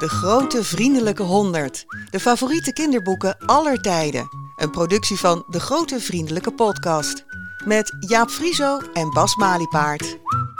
De Grote Vriendelijke 100. De favoriete kinderboeken aller tijden. Een productie van De Grote Vriendelijke Podcast. Met Jaap Frieso en Bas Maliepaard.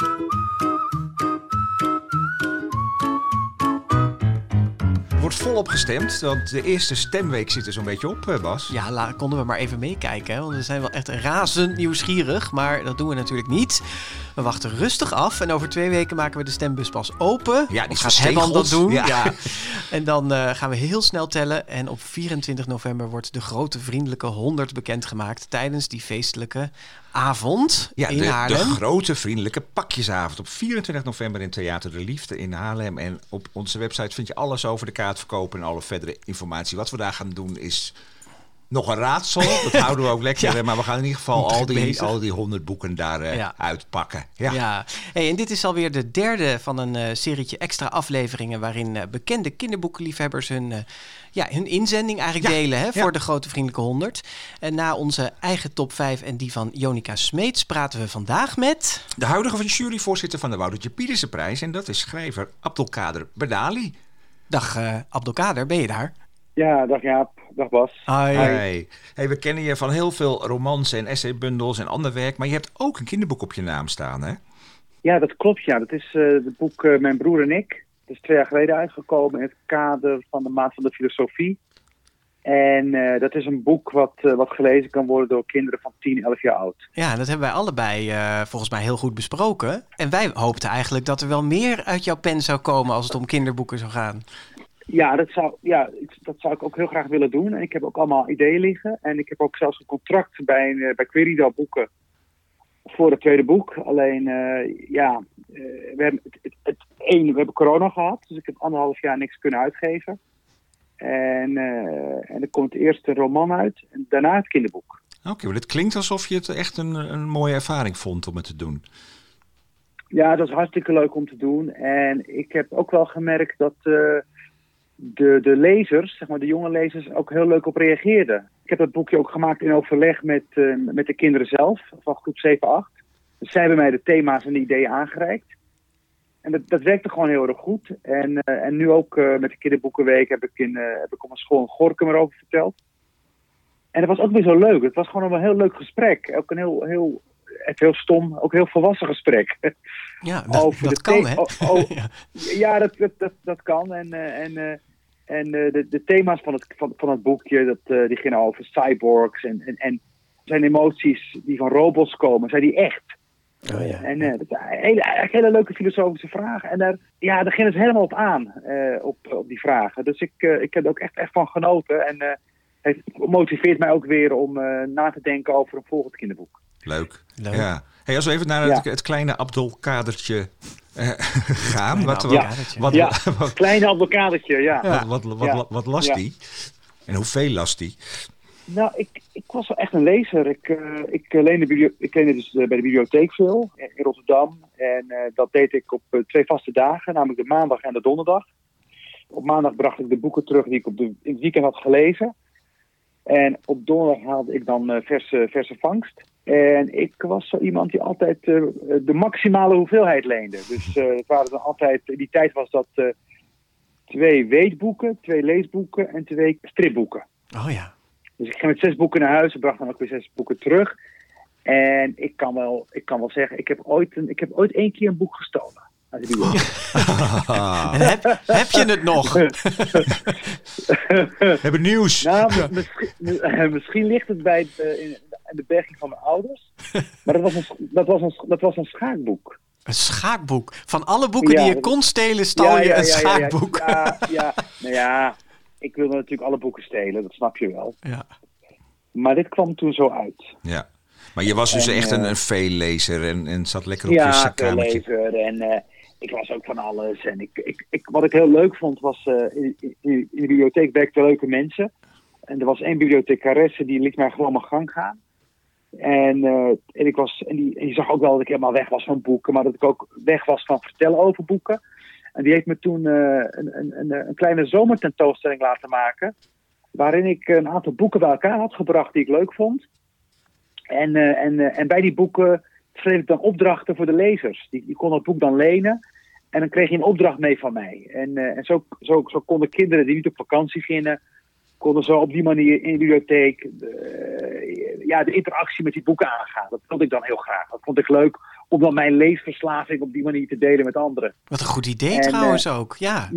Er wordt volop gestemd, want de eerste stemweek zit er zo'n beetje op, Bas. Ja, konden we maar even meekijken, hè? Want we zijn wel echt razend nieuwsgierig, maar dat doen we natuurlijk niet. We wachten rustig af en over 2 weken maken we de stembus pas open. Ja, die gaat Herman dat doen. Ja. En dan gaan we heel snel tellen en op 24 november wordt de Grote Vriendelijke 100 bekendgemaakt tijdens die feestelijke avond in Haarlem. De Grote Vriendelijke Pakjesavond op 24 november in Theater de Liefde in Haarlem. En op onze website vind je alles over de kaartverkoop en alle verdere informatie. Wat we daar gaan doen is nog een raadsel. Dat houden we ook lekker. Ja. Maar we gaan in ieder geval al die 100 boeken daar uitpakken. Ja. Hey, en dit is alweer de derde van een serietje extra afleveringen waarin bekende kinderboekenliefhebbers hun inzending eigenlijk delen voor de Grote Vriendelijke 100. En na onze eigen top 5 en die van Jonica Smeets praten we vandaag met de huidige juryvoorzitter van de Woutertje Pietersenprijs. En dat is schrijver Abdelkader Bedali. Dag Abdelkader, ben je daar? Ja, dag Jaap. Dag Bas. Hey, we kennen je van heel veel romans en essaybundels en ander werk. Maar je hebt ook een kinderboek op je naam staan, hè? Ja, dat klopt. Ja. Dat is het boek Mijn Broer en Ik. Dat is 2 jaar geleden uitgekomen in het kader van de Maand van de Filosofie. En dat is een boek wat gelezen kan worden door kinderen van 10, 11 jaar oud. Ja, dat hebben wij allebei volgens mij heel goed besproken. En wij hoopten eigenlijk dat er wel meer uit jouw pen zou komen als het om kinderboeken zou gaan. Ja, dat zou ik ook heel graag willen doen. En ik heb ook allemaal ideeën liggen. En ik heb ook zelfs een contract bij Querido Boeken voor het tweede boek. Alleen, we hebben corona gehad. Dus ik heb 1,5 jaar niks kunnen uitgeven. En er komt eerst een roman uit en daarna het kinderboek. Oké, maar het klinkt alsof je het echt een mooie ervaring vond om het te doen. Ja, dat is hartstikke leuk om te doen. En ik heb ook wel gemerkt dat de lezers, zeg maar de jonge lezers, ook heel leuk op reageerden. Ik heb dat boekje ook gemaakt in overleg met de kinderen zelf, van groep 7, 8. Dus zij hebben mij de thema's en de ideeën aangereikt. En dat werkte gewoon heel erg goed. En nu ook met de kinderboekenweek heb ik op mijn school in Gorinchem erover verteld. En dat was ook weer zo leuk. Het was gewoon een heel leuk gesprek. Ook een heel stom, ook heel volwassen gesprek. Ja, dat kan, hè? Ja, dat kan. En de thema's van het boekje, die gingen over cyborgs en zijn emoties die van robots komen, zijn die echt? Oh, ja. En dat is eigenlijk hele leuke filosofische vragen. En daar gingen ze helemaal op aan, op die vragen. Dus ik heb er ook echt van genoten. En het motiveert mij ook weer om na te denken over een volgend kinderboek. Leuk. Ja. Hey, als we even naar het kleine Abdelkadertje gaan. Kleine Abdelkadertje, ja. Wat las die? En hoeveel las die? Nou, ik was wel echt een lezer. Ik leende dus bij de bibliotheek veel in Rotterdam. En dat deed ik op 2 vaste dagen, namelijk de maandag en de donderdag. Op maandag bracht ik de boeken terug die ik in het weekend had gelezen. En op donderdag haalde ik dan verse vangst. En ik was zo iemand die altijd de maximale hoeveelheid leende. Dus het waren dan altijd, in die tijd was dat 2 weetboeken, 2 leesboeken en 2 stripboeken. Oh ja. Dus ik ging met 6 boeken naar huis en bracht dan ook weer 6 boeken terug. En ik kan wel zeggen, ik heb ooit 1 keer een boek gestolen. En heb je het nog? Hebben nieuws. Nou, misschien ligt het bij in de berging van mijn ouders. Maar dat was een schaakboek. Een schaakboek? Van alle boeken die je kon stelen, stal je een schaakboek? Ja, ik wilde natuurlijk alle boeken stelen, dat snap je wel. Ja. Maar dit kwam toen zo uit. Ja. Maar je was dus echt een veellezer en zat lekker op je kamertje. Ja, veellezer en ik las ook van alles. En wat ik heel leuk vond was, in de bibliotheek werkten leuke mensen. En er was 1 bibliothecaresse die liet mij gewoon mijn gang gaan. En die zag ook wel dat ik helemaal weg was van boeken, maar dat ik ook weg was van vertellen over boeken. En die heeft me toen een kleine zomertentoonstelling laten maken, waarin ik een aantal boeken bij elkaar had gebracht die ik leuk vond. En bij die boeken schreef ik dan opdrachten voor de lezers. Die konden het boek dan lenen. En dan kreeg je een opdracht mee van mij. En zo konden kinderen die niet op vakantie gingen, konden zo op die manier in de bibliotheek de interactie met die boeken aangaan. Dat vond ik dan heel graag. Dat vond ik leuk om dan mijn leesverslaving op die manier te delen met anderen. Wat een goed idee trouwens ook. Ja,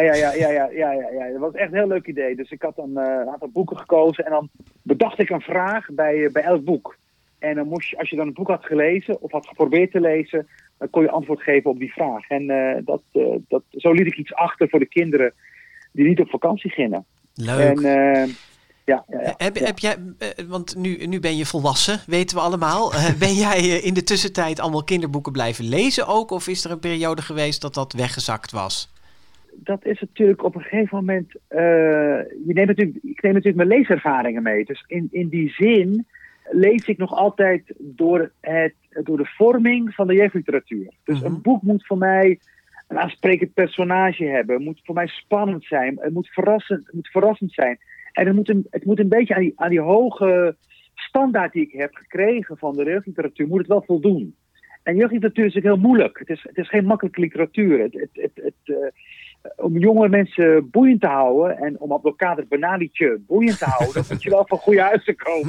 Dat was echt een heel leuk idee. Dus ik had dan een aantal boeken gekozen en dan bedacht ik een vraag bij elk boek. En dan moest je, als je dan een boek had gelezen of had geprobeerd te lezen, dan kon je antwoord geven op die vraag. En zo liet ik iets achter voor de kinderen die niet op vakantie gingen. Leuk. En, Heb jij, want nu ben je volwassen, weten we allemaal. Ben jij in de tussentijd allemaal kinderboeken blijven lezen ook? Of is er een periode geweest dat weggezakt was? Dat is natuurlijk op een gegeven moment... ik neem natuurlijk mijn leeservaringen mee. Dus in die zin lees ik nog altijd door de vorming van de jeugdliteratuur. Dus een boek moet voor mij een aansprekend personage hebben. Het moet voor mij spannend zijn. Het moet verrassend zijn. En het moet een beetje aan die hoge standaard die ik heb gekregen van de jeugdliteratuur, moet het wel voldoen. En jeugdliteratuur is natuurlijk heel moeilijk. Het is geen makkelijke literatuur. Om jonge mensen boeiend te houden en om Abdelkader Benali'tje boeiend te houden, moet je wel van goede huizen komen.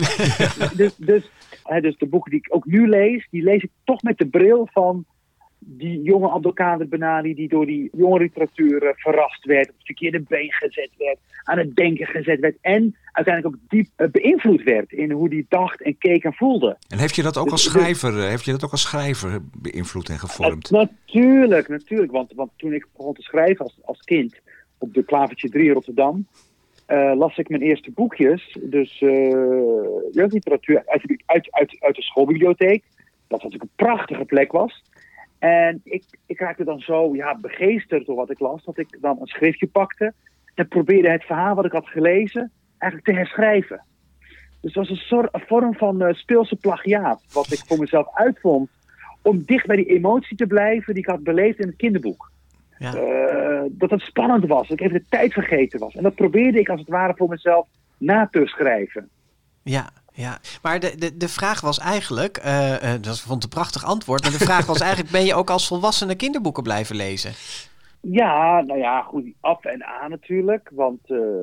Dus de boeken die ik ook nu lees, die lees ik toch met de bril van die jonge Abdelkader Benali die door die jonge literatuur verrast werd, op het verkeerde been gezet werd, aan het denken gezet werd en uiteindelijk ook diep beïnvloed werd in hoe hij dacht en keek en voelde. En heeft je dat ook als schrijver beïnvloed en gevormd? Natuurlijk. Want toen ik begon te schrijven als kind op de Klavertje 3 in Rotterdam, las ik mijn eerste boekjes, dus jeugdliteratuur uit de schoolbibliotheek, dat natuurlijk een prachtige plek was. En ik raakte dan zo begeesterd door wat ik las, dat ik dan een schriftje pakte en probeerde het verhaal wat ik had gelezen eigenlijk te herschrijven. Dus het was een vorm van speelse plagiaat, wat ik voor mezelf uitvond, om dicht bij die emotie te blijven die ik had beleefd in het kinderboek. Ja. Dat het spannend was, dat ik even de tijd vergeten was. En dat probeerde ik als het ware voor mezelf na te schrijven. Ja. Maar de vraag was eigenlijk, dat vond ik een prachtig antwoord, maar de vraag was eigenlijk, ben je ook als volwassene kinderboeken blijven lezen? Ja, goed, af en aan natuurlijk, want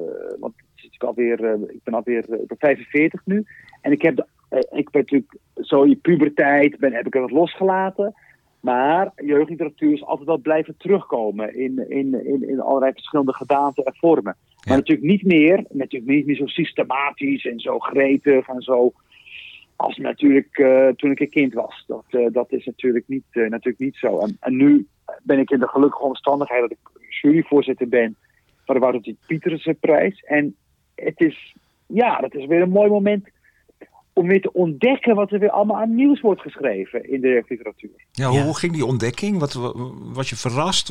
ik ben alweer 45 nu. En ik ben natuurlijk zo in je puberteit, heb ik er wat losgelaten. Maar jeugdliteratuur is altijd wel blijven terugkomen in allerlei verschillende gedaanten en vormen. Ja. Maar natuurlijk niet meer zo systematisch en zo gretig en zo als natuurlijk toen ik een kind was. Dat is natuurlijk niet zo. En nu ben ik in de gelukkige omstandigheid dat ik juryvoorzitter ben van de Wouter Pieterse prijs. En dat is weer een mooi moment om weer te ontdekken wat er weer allemaal aan nieuws wordt geschreven in de jeugdliteratuur. Ja, hoe ging die ontdekking? Was je verrast?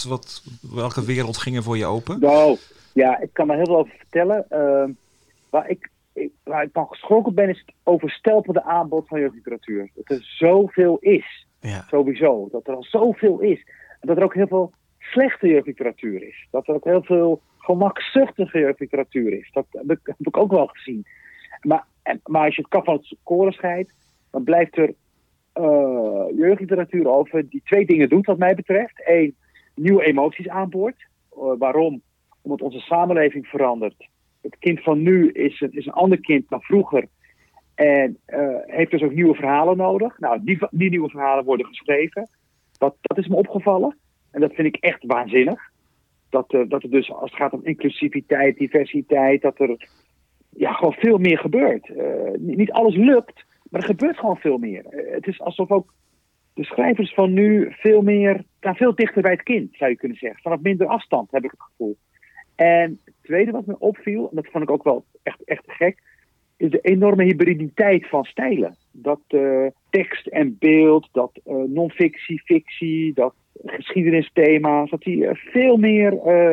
Welke wereld ging er voor je open? Nou, ja, ik kan er heel veel over vertellen. Waar ik van geschrokken ben, is het overstelpende aanbod van jeugdliteratuur. Dat er zoveel is. Ja. Sowieso. Dat er al zoveel is. En dat er ook heel veel slechte jeugdliteratuur is. Dat er ook heel veel gemakzuchtige jeugdliteratuur is. Dat heb ik ook wel gezien. Maar als je het kaf van het koren scheidt, dan blijft er jeugdliteratuur over die twee dingen doet wat mij betreft. 1, nieuwe emoties aanboord. Waarom? Omdat onze samenleving verandert. Het kind van nu is een ander kind dan vroeger. En heeft dus ook nieuwe verhalen nodig. Nou, die nieuwe verhalen worden geschreven. Dat is me opgevallen. En dat vind ik echt waanzinnig. Dat er dus, als het gaat om inclusiviteit, diversiteit, dat er gewoon veel meer gebeurt. Niet alles lukt, maar er gebeurt gewoon veel meer. Het is alsof ook de schrijvers van nu veel dichter bij het kind, zou je kunnen zeggen. Vanaf minder afstand, heb ik het gevoel. En het tweede wat me opviel, en dat vond ik ook wel echt gek, is de enorme hybriditeit van stijlen. Dat tekst en beeld, dat non-fictie, fictie, dat geschiedenisthema's, dat die veel meer...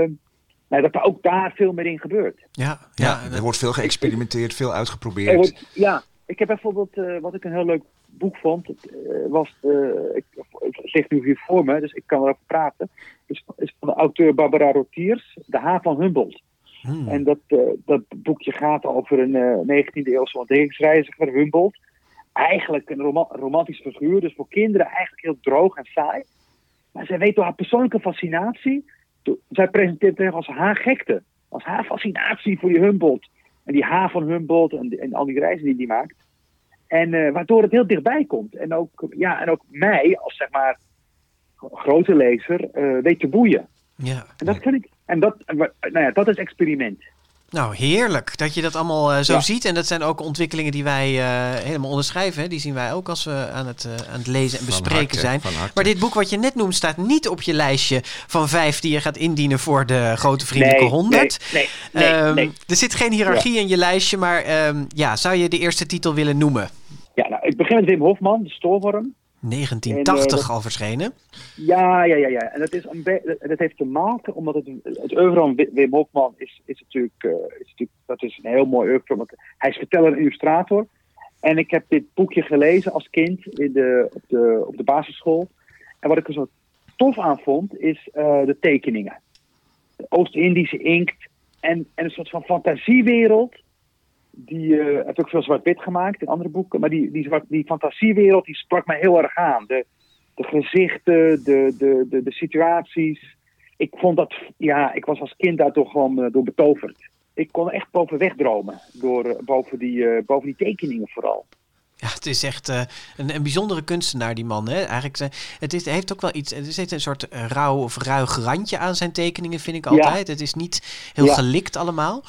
dat er ook daar veel meer in gebeurt. Ja, er wordt veel geëxperimenteerd, veel uitgeprobeerd. Ik heb bijvoorbeeld, wat ik een heel leuk boek vond, het ligt nu hier voor me, dus ik kan erover praten. Het is van de auteur Barbara Rotiers, De Haan van Humboldt. En dat boekje gaat over een 19e eeuwse ontdekkingsreiziger, Humboldt. Eigenlijk een romantisch figuur, dus voor kinderen eigenlijk heel droog en saai. Maar zij weet door haar persoonlijke fascinatie. Zij presenteert het als haar gekte. Als haar fascinatie voor die Humboldt. En die H van Humboldt en al die reizen die hij maakt. En waardoor het heel dichtbij komt. En ook mij, als zeg maar grote lezer, weet te boeien. Ja. En dat vind ik. En dat is experiment. Nou, heerlijk dat je dat allemaal zo ziet. En dat zijn ook ontwikkelingen die wij helemaal onderschrijven. Hè. Die zien wij ook als we aan het lezen en bespreken zijn. Maar dit boek wat je net noemt staat niet op je lijstje van 5 die je gaat indienen voor de Grote Vriendelijke 100. Nee. Er zit geen hiërarchie in je lijstje, maar zou je de eerste titel willen noemen? Ja, nou, ik begin met Wim Hofman, De Stoorworm. 1980 al verschenen. Ja. En dat heeft te maken omdat het oeuvre van Wim Hofman is natuurlijk dat is een heel mooi oeuvre. Want hij is verteller en illustrator. En ik heb dit boekje gelezen als kind op de basisschool. En wat ik er zo tof aan vond, is de tekeningen. De Oost-Indische inkt en een soort van fantasiewereld. Die heeft ook veel zwart-wit gemaakt in andere boeken. Maar die fantasiewereld die sprak mij heel erg aan. De gezichten, de situaties. Ik vond dat, ik was als kind daar toch gewoon door betoverd. Ik kon er echt boven wegdromen. Boven die tekeningen vooral. Ja, het is echt een bijzondere kunstenaar, die man. Hè? Eigenlijk, het heeft ook wel iets. Er zit een soort rauw of ruig randje aan zijn tekeningen, vind ik altijd. Het is niet heel gelikt allemaal.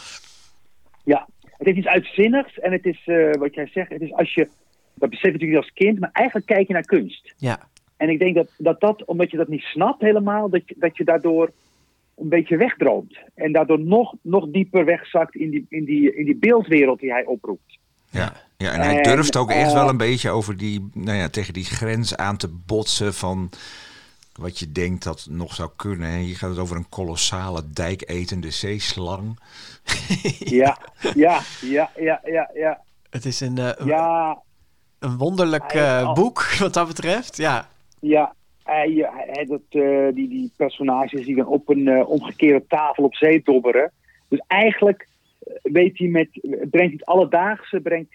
Ja. Het is iets uitzinnigs en het is, wat jij zegt, het is dat besef je natuurlijk als kind, maar eigenlijk kijk je naar kunst. Ja. En ik denk dat omdat je dat niet snapt helemaal, dat je daardoor een beetje wegdroomt. En daardoor nog dieper wegzakt in die beeldwereld die hij oproept. Ja, en hij durft ook echt wel een beetje over tegen die grens aan te botsen van wat je denkt dat nog zou kunnen. En hier gaat het over een kolossale dijketende zeeslang. Ja. Het is een wonderlijk boek wat dat betreft. Ja. Ja, die personages die dan op een omgekeerde tafel op zee dobberen. Dus eigenlijk brengt hij het alledaagse,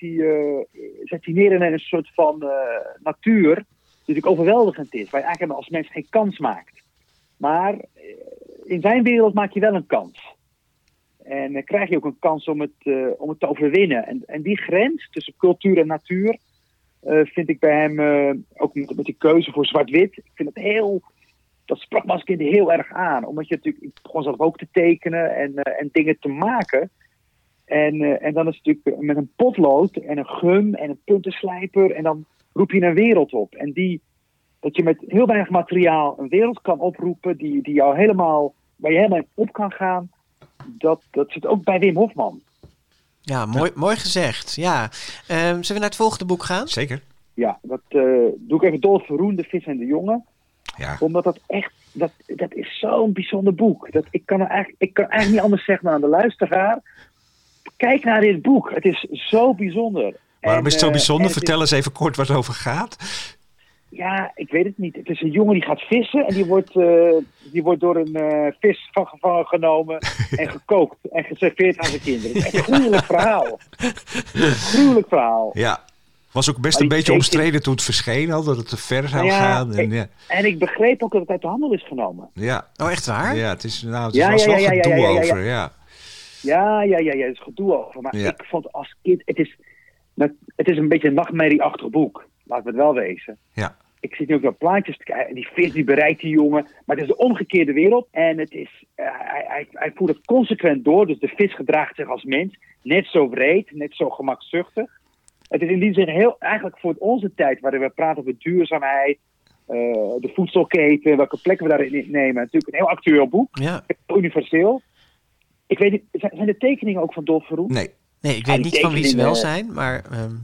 zet hij neer in een soort van natuur die natuurlijk overweldigend is. Waar je eigenlijk als mens geen kans maakt. Maar in zijn wereld maak je wel een kans. En dan krijg je ook een kans om het te overwinnen. En die grens tussen cultuur en natuur vind ik bij hem, ook met die keuze voor zwart-wit, ik vind dat sprak me als kind heel erg aan. Omdat je natuurlijk, ik begon zelf ook te tekenen en dingen te maken. En dan is het natuurlijk met een potlood en een gum en een puntenslijper en dan roep je een wereld op. En dat je met heel weinig materiaal een wereld kan oproepen die jou waar je helemaal op kan gaan. Dat zit ook bij Wim Hofman. Ja, mooi gezegd. Ja. Zullen we naar het volgende boek gaan? Zeker. Ja, dat doe ik even Dolf Verroen, De Vis en de Jongen. Ja. Omdat dat echt, dat is zo'n bijzonder boek. Ik kan eigenlijk niet anders zeggen dan aan de luisteraar. Kijk naar dit boek. Het is zo bijzonder. Waarom is het zo bijzonder? Vertel eens even kort wat het over gaat. Ja, ik weet het niet. Het is een jongen die gaat vissen en die wordt door een vis van gevangen genomen en gekookt en geserveerd aan zijn kinderen. Het is echt een gruwelijk verhaal. Ja, was ook best een beetje omstreden toen het verscheen al, dat het te ver zou gaan. En ik begreep ook dat het uit de handel is genomen. Ja. Oh, echt waar? Ja, het is wel gedoe over, ja. Ja, er is gedoe over. Maar ik vond als kind, het is een beetje een nachtmerrieachtig boek. Laten we het wel wezen. Ja. Ik zit nu ook naar plaatjes te kijken. Die vis die bereikt die jongen. Maar het is de omgekeerde wereld. En het is, hij voert het consequent door. Dus de vis gedraagt zich als mens. Net zo wreed, net zo gemakzuchtig. Het is in die zin eigenlijk voor onze tijd, waarin we praten over duurzaamheid, de voedselketen, welke plekken we daarin nemen. Natuurlijk een heel actueel boek. Ja. Universeel. Ik weet niet, zijn de tekeningen ook van Dolf Verroen? Nee, ik weet niet van wie ze wel zijn, maar...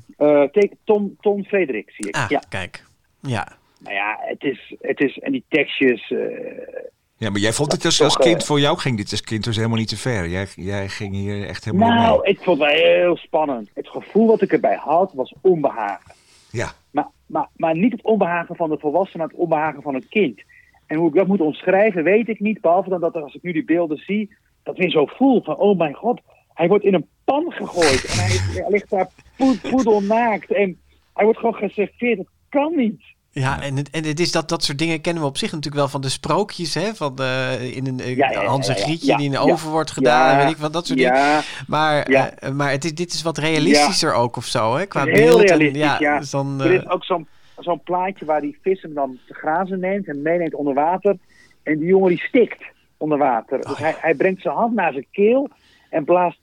Tom Frederik zie ik. Ja. Kijk. Ja. Nou ja, het is en die tekstjes... ja, maar jij vond het als kind, voor jou ging dit als kind dus helemaal niet te ver. Jij ging hier echt helemaal mee. Ik vond het wel heel spannend. Het gevoel wat ik erbij had, was onbehagen. Ja. Maar niet het onbehagen van de volwassene, maar het onbehagen van het kind. En hoe ik dat moet omschrijven, weet ik niet. Behalve dan dat als ik nu die beelden zie, dat weer zo voel van, oh mijn god, hij wordt in een pan gegooid. En hij ligt daar poedelnaakt. En hij wordt gewoon geserveerd. Dat kan niet. Ja, en het is dat soort dingen kennen we op zich natuurlijk wel van de sprookjes, hè? Van Hans en Grietje die in de oven wordt gedaan, en weet ik wat, dat soort dingen. Maar dit is wat realistischer ook of zo, hè? Qua heel beeld. Realistisch, Dus dan, er is ook zo'n plaatje waar die vis hem dan te grazen neemt en meeneemt onder water. En die jongen die stikt onder water. Dus hij brengt zijn hand naar zijn keel en blaast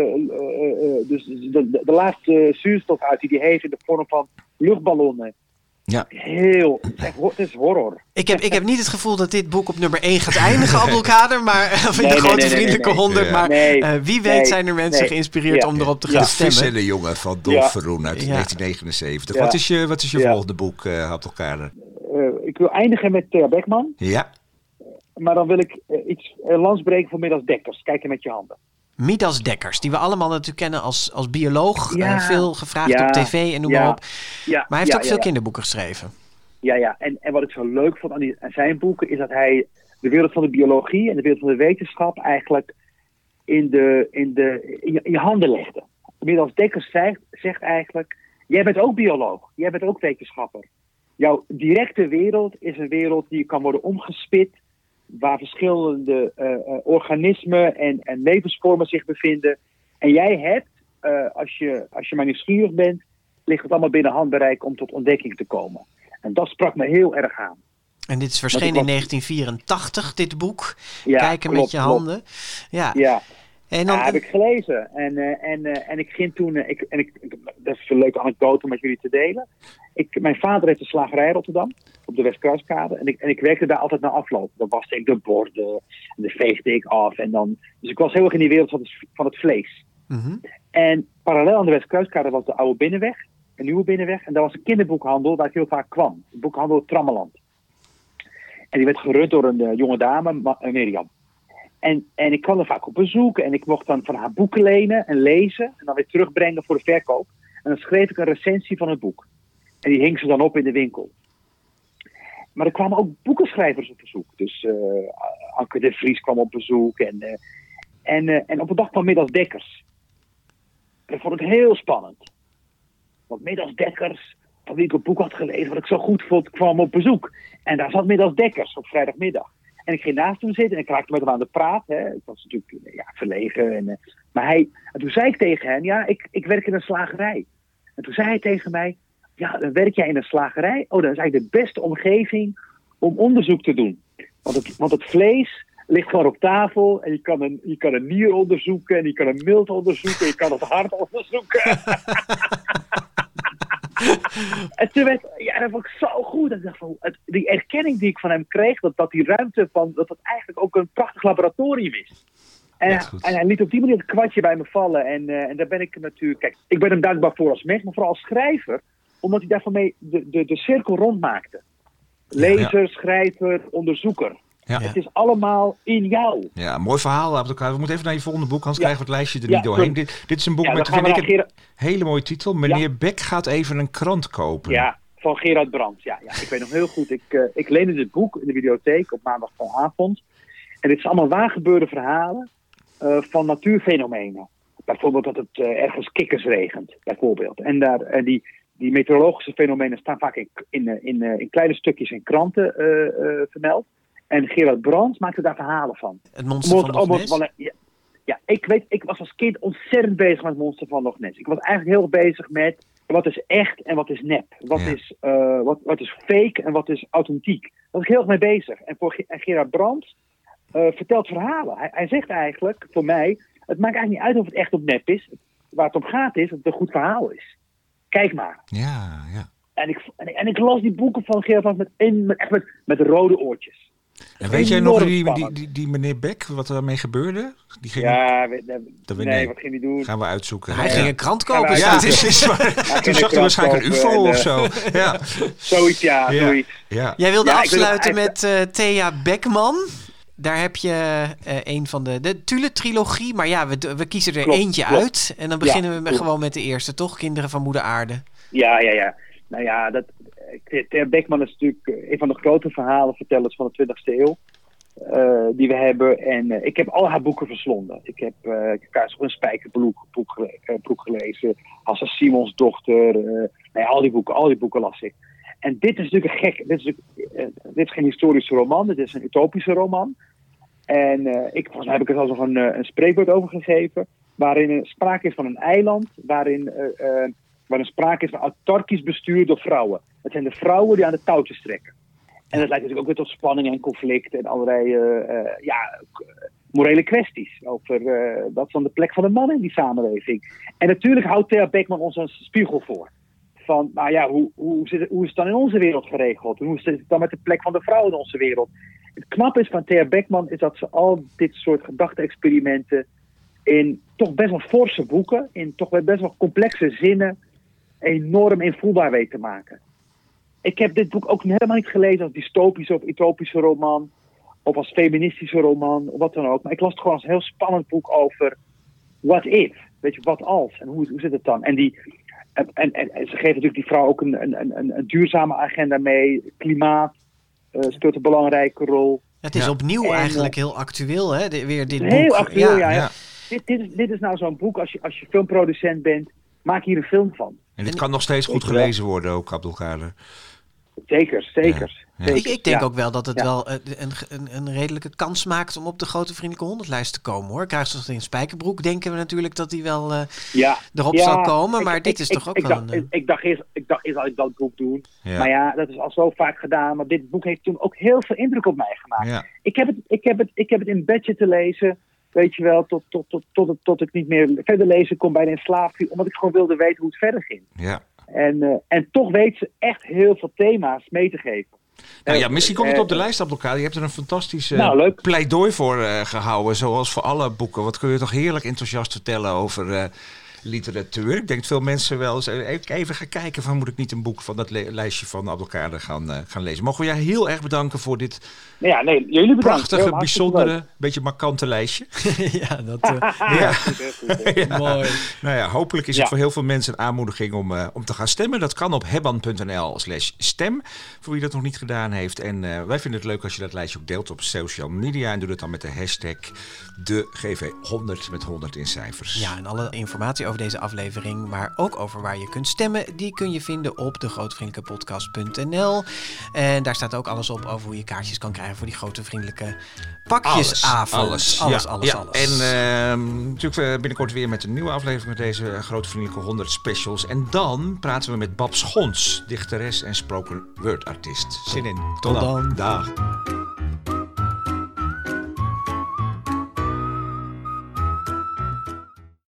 dus de laatste zuurstof uit die hij heeft in de vorm van luchtballonnen. Ja. Het is horror. Ik heb niet het gevoel dat dit boek op nummer 1 gaat eindigen, Abdelkader, of in de grote vriendelijke 100. Maar wie weet zijn er mensen geïnspireerd om erop te gaan stemmen. De vis en de jongen van Dolf Verroen uit 1979. Ja. Wat is je volgende boek, Abdelkader? Ik wil eindigen met Thea Beckman. Ja. Maar dan wil ik iets lans breken voor Midas Dekkers. Kijken met je handen. Midas Dekkers, die we allemaal natuurlijk kennen als bioloog. Veel gevraagd op tv en noem maar op. Maar hij heeft ook veel kinderboeken geschreven. Ja. En wat ik zo leuk vond aan zijn boeken is dat hij de wereld van de biologie en de wereld van de wetenschap eigenlijk in je handen legde. Midas Dekkers zegt eigenlijk, jij bent ook bioloog, jij bent ook wetenschapper. Jouw directe wereld is een wereld die kan worden omgespit, waar verschillende organismen en levensvormen zich bevinden. En jij hebt, als je maar nieuwsgierig bent, ligt het allemaal binnen handbereik om tot ontdekking te komen. En dat sprak me heel erg aan. En dit is verschenen in 1984, dit boek. Kijken met je handen. Ja. En dan heb ik gelezen. En ik ging toen... dat is een leuke anekdote om met jullie te delen. Mijn vader heeft een slagerij in Rotterdam, op de Westkruiskade. En ik werkte daar altijd na afloop. Dan waste ik de borden en dan veegde ik af. Dus ik was heel erg in die wereld van het vlees. Mm-hmm. En parallel aan de Westkruiskade was de oude binnenweg, een nieuwe binnenweg. En daar was een kinderboekhandel waar ik heel vaak kwam. De boekhandel Trammeland. En die werd gerund door een jonge dame, Mirjam. En ik kwam er vaak op bezoek en ik mocht dan van haar boeken lenen en lezen en dan weer terugbrengen voor de verkoop. En dan schreef ik een recensie van het boek. En die hing ze dan op in de winkel. Maar er kwamen ook boekenschrijvers op bezoek. Dus Anke de Vries kwam op bezoek en op een dag kwam Midas Dekkers. Dat vond ik heel spannend. Want Midas Dekkers, van wie ik een boek had gelezen wat ik zo goed vond, kwam op bezoek. En daar zat Midas Dekkers op vrijdagmiddag. En ik ging naast hem zitten en ik raakte met hem aan de praat. Hè. Ik was natuurlijk verlegen. En toen zei ik tegen hem, ik werk in een slagerij. En toen zei hij tegen mij, dan werk jij in een slagerij? Oh, dat is eigenlijk de beste omgeving om onderzoek te doen. Want het vlees ligt gewoon op tafel. En je kan een nier onderzoeken. En je kan een milt onderzoeken. En je kan het hart onderzoeken. En toen dat vond ik zo goed. En ik dacht van, die erkenning die ik van hem kreeg, dat die ruimte dat het eigenlijk ook een prachtig laboratorium is. En hij liet op die manier het kwartje bij me vallen. En daar ben ik natuurlijk... Kijk, ik ben hem dankbaar voor als mens, maar vooral als schrijver. Omdat hij daarvan mee de cirkel rondmaakte. Lezer, schrijver, onderzoeker. Ja. Het is allemaal in jou. Ja, mooi verhaal. We moeten even naar je volgende boek, anders krijgen we het lijstje er niet doorheen. Dit is een boek met een hele mooie titel. Meneer Beck gaat even een krant kopen. Ja, van Gerard Brandt. Ja, ik weet nog heel goed. Ik leende dit boek in de bibliotheek op maandagavond. En dit zijn allemaal waargebeurde verhalen van natuurfenomenen. Bijvoorbeeld dat het ergens kikkers regent, bijvoorbeeld. En die meteorologische fenomenen staan vaak in kleine stukjes in kranten vermeld. En Gerard Brandt maakte daar verhalen van. Het monster van Loch Ness? Ik was als kind ontzettend bezig met het monster van Loch Ness. Ik was eigenlijk heel bezig met wat is echt en wat is nep. Wat is fake en wat is authentiek. Daar was ik heel erg mee bezig. En Gerard Brandt vertelt verhalen. Hij zegt eigenlijk, voor mij, het maakt eigenlijk niet uit of het echt of nep is. Waar het om gaat is dat het een goed verhaal is. Kijk maar. Ja. En ik las die boeken van Gerard Brandt met rode oortjes. En weet jij nog die meneer Beck, wat er mee gebeurde? Die ging wat ging hij doen? Gaan we uitzoeken. Hij ging een krant kopen. Toen zag hij waarschijnlijk een ufo of zo. Ja. Zoiets. Jij wilde afsluiten met Thea Beckman. Daar heb je een van de Thule-trilogie. Maar ja, we kiezen er eentje uit. En dan beginnen we gewoon met de eerste, toch? Kinderen van Moeder Aarde. Ja. Nou ja, Thea Beckman is natuurlijk een van de grote verhalenvertellers van de 20e eeuw. Die we hebben. En ik heb al haar boeken verslonden. Ik heb Kaars op een spijkerbroek gelezen. Hassa Simons dochter. Al die boeken las ik. En dit is natuurlijk een gek. Dit is geen historische roman, dit is een utopische roman. En volgens mij heb ik er zelfs nog een spreekwoord over gegeven. Waarin er sprake is van een eiland. Waarin sprake is van autarkisch bestuur door vrouwen. Het zijn de vrouwen die aan de touwtjes trekken. En dat leidt natuurlijk ook weer tot spanning en conflict. En allerlei morele kwesties. Over wat is dan de plek van de man in die samenleving. En natuurlijk houdt Thea Beckman ons een spiegel voor. Van, nou ja, hoe is het dan in onze wereld geregeld? Hoe is het dan met de plek van de vrouw in onze wereld? Het knappe is van Thea Beckman is dat ze al dit soort gedachte-experimenten in toch best wel forse boeken, in toch best wel complexe zinnen, enorm invoelbaar weet te maken. Ik heb dit boek ook helemaal niet gelezen als dystopische of utopische roman, of als feministische roman, of wat dan ook. Maar ik las het gewoon als een heel spannend boek over what if, weet je, wat als, en hoe zit het dan? En ze geven natuurlijk die vrouw ook een duurzame agenda mee. Klimaat speelt een belangrijke rol. Het is opnieuw eigenlijk heel actueel, hè? Weer dit boek. Heel actueel, ja. Dit is nou zo'n boek, als je filmproducent bent, maak hier een film van. En dit kan nog steeds goed gelezen worden ook, Abdelkader. Zeker. Ja. Ik denk ook wel dat het wel een redelijke kans maakt om op de Grote Vriendelijke 100-lijst te komen, hoor. Krijgsrechter in Spijkerbroek denken we natuurlijk dat hij wel erop zal komen, maar dit is toch ook wel een... Ik dacht eerst dat ik dat boek doen, maar ja, dat is al zo vaak gedaan. Maar dit boek heeft toen ook heel veel indruk op mij gemaakt. Ja. Ik heb het in bedje te lezen, weet je wel, tot ik niet meer verder lezen kon bij de slaapvuur, omdat ik gewoon wilde weten hoe het verder ging. Ja. En toch weet ze echt heel veel thema's mee te geven. Nou ja, misschien komt het op de lijst op elkaar. Je hebt er een fantastisch pleidooi voor gehouden, zoals voor alle boeken. Wat kun je toch heerlijk enthousiast vertellen over literatuur. Ik denk dat veel mensen wel eens even gaan kijken van moet ik niet een boek van dat lijstje van Abdelkader gaan lezen. Mogen we jou heel erg bedanken voor dit jullie bedankt. Prachtige, bijzondere, beetje markante lijstje. Ja, dat... Ja. Mooi. Nou ja, hopelijk is het voor heel veel mensen een aanmoediging om te gaan stemmen. Dat kan op hebban.nl/stem, voor wie dat nog niet gedaan heeft. En wij vinden het leuk als je dat lijstje ook deelt op social media. En doe dat dan met de hashtag #GV100 met 100 in cijfers. Ja, en alle informatie over deze aflevering, maar ook over waar je kunt stemmen, die kun je vinden op degrootvriendelijkepodcast.nl. En daar staat ook alles op over hoe je kaartjes kan krijgen voor die grote vriendelijke pakjesavond. Alles. En natuurlijk binnenkort weer met een nieuwe aflevering met deze Grote Vriendelijke 100 specials. En dan praten we met Bab Schons, dichteres en spoken word artiest. Zin in. Tot dan. Dag.